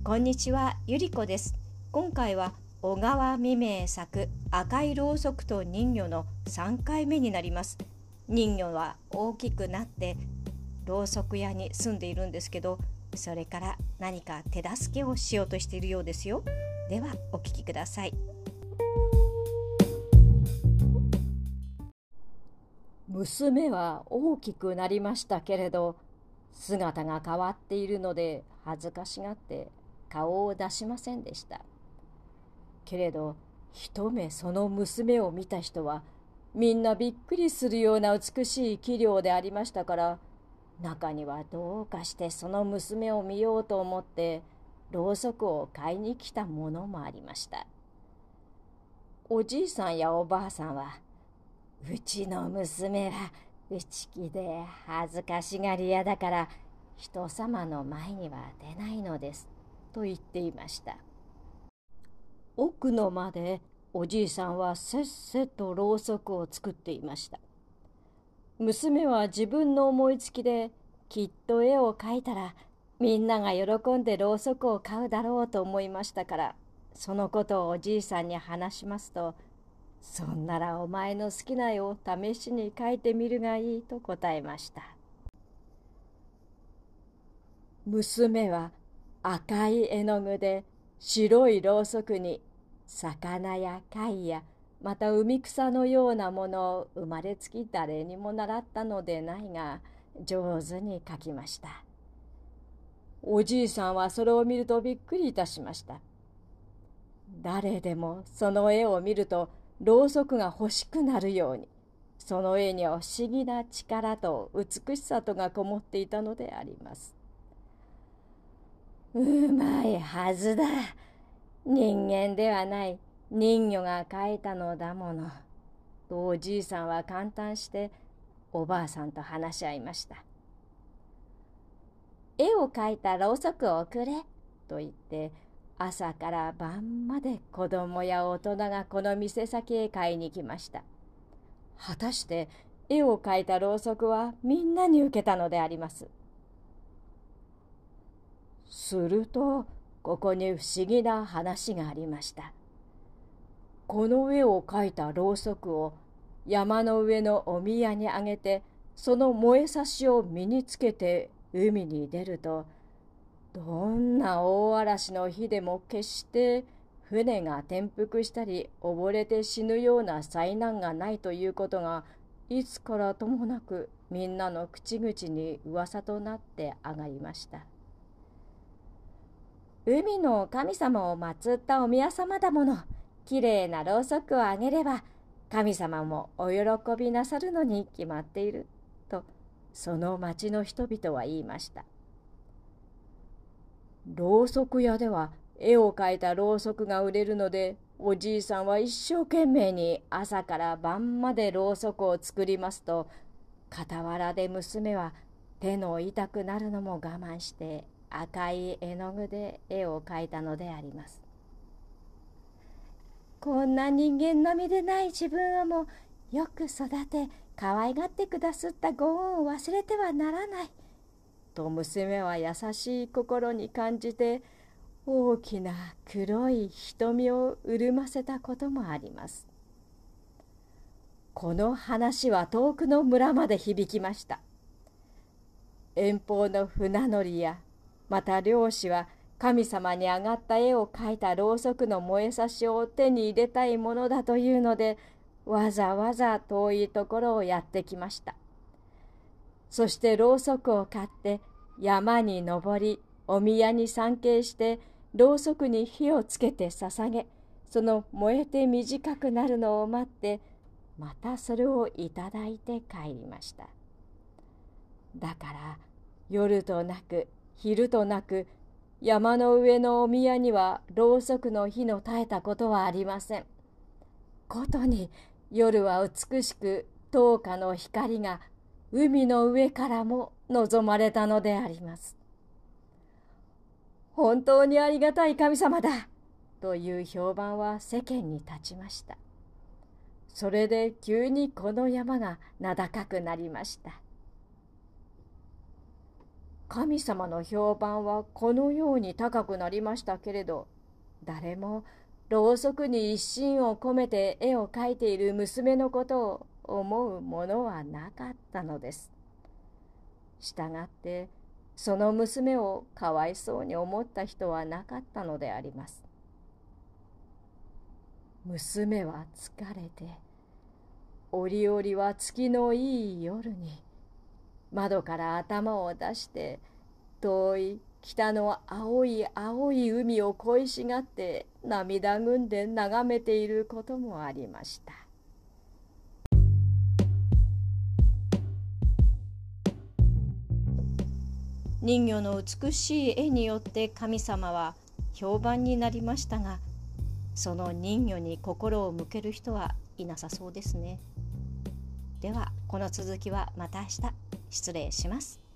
こんにちは、ゆりこです。今回は小川未明作赤いろうそくと人魚の3回目になります。人魚は大きくなってろうそく屋に住んでいるんですけど、それから何か手助けをしようとしているようですよ。ではお聞きください。娘は大きくなりましたけれど、姿が変わっているので恥ずかしがって顔を出しませんでした。けれど一目その娘を見た人はみんなびっくりするような美しい器量でありましたから、中にはどうかしてその娘を見ようと思ってろうそくを買いに来たものもありました。おじいさんやおばあさんは、うちの娘は内気で恥ずかしがり屋だから人様の前には出ないのですと言っていました。奥の間でおじいさんはせっせとろうそくを作っていました。娘は自分の思いつきできっと絵を描いたらみんなが喜んでろうそくを買うだろうと思いましたから、そのことをおじいさんに話しますと、そんならお前の好きな絵を試しに描いてみるがいいと答えました。娘は赤い絵の具で白いろうそくに魚や貝やまた海草のようなものを生まれつき誰にも習ったのでないが上手に描きました。おじいさんはそれを見るとびっくりいたしました。誰でもその絵を見るとろうそくが欲しくなるように、その絵には不思議な力と美しさとがこもっていたのであります。うまいはずだ。人間ではない人魚が描いたのだもの。とおじいさんは感嘆しておばあさんと話し合いました。絵を描いたろうそくをくれと言って朝から晩まで子供や大人がこの店先へ買いに来ました。果たして絵を描いたろうそくはみんなに受けたのであります。するとここに不思議な話がありました。この絵を描いたろうそくを山の上のお宮にあげて、その燃えさしを身につけて海に出ると、どんな大嵐の日でも決して船が転覆したり溺れて死ぬような災難がないということがいつからともなくみんなの口々に噂となって上がりました。海の神様を祀ったお宮様だもの。きれいなろうそくをあげれば神様もお喜びなさるのに決まっているとその町の人々は言いました。ろうそく屋では絵を描いたろうそくが売れるので、おじいさんは一生懸命に朝から晩までろうそくを作りますと、傍らで娘は手の痛くなるのも我慢して赤い絵の具で絵を描いたのであります。こんな人間並みでない自分をもよく育て可愛がってくださったご恩を忘れてはならないと娘は優しい心に感じて、大きな黒い瞳を潤ませたこともあります。この話は遠くの村まで響きました。遠方の船乗りやまた漁師は神様に上がった絵を描いたろうそくの燃えさしを手に入れたいものだというので、わざわざ遠いところをやってきました。そしてろうそくを買って山に登り、お宮に参詣してろうそくに火をつけて捧げ、その燃えて短くなるのを待ってまたそれをいただいて帰りました。だから夜となく昼となく山の上のお宮にはろうそくの火の絶えたことはありません。ことに夜は美しく灯火の光が海の上からも望まれたのであります。本当にありがたい神様だという評判は世間に立ちました。それで急にこの山が名高くなりました。 神様の評判はこのように高くなりましたけれど、誰もろうそくに一心を込めて絵を描いている娘のことを思うものはなかったのです。したがってその娘をかわいそうに思った人はなかったのであります。娘は疲れて、折々は月のいい夜に窓から頭を出して遠い北の青い青い海を恋しがって涙ぐんで眺めていることもありました。人魚の美しい絵によって神様は評判になりましたが、その人魚に心を向ける人はいなさそうですね。ではこの続きはまた明日。失礼します。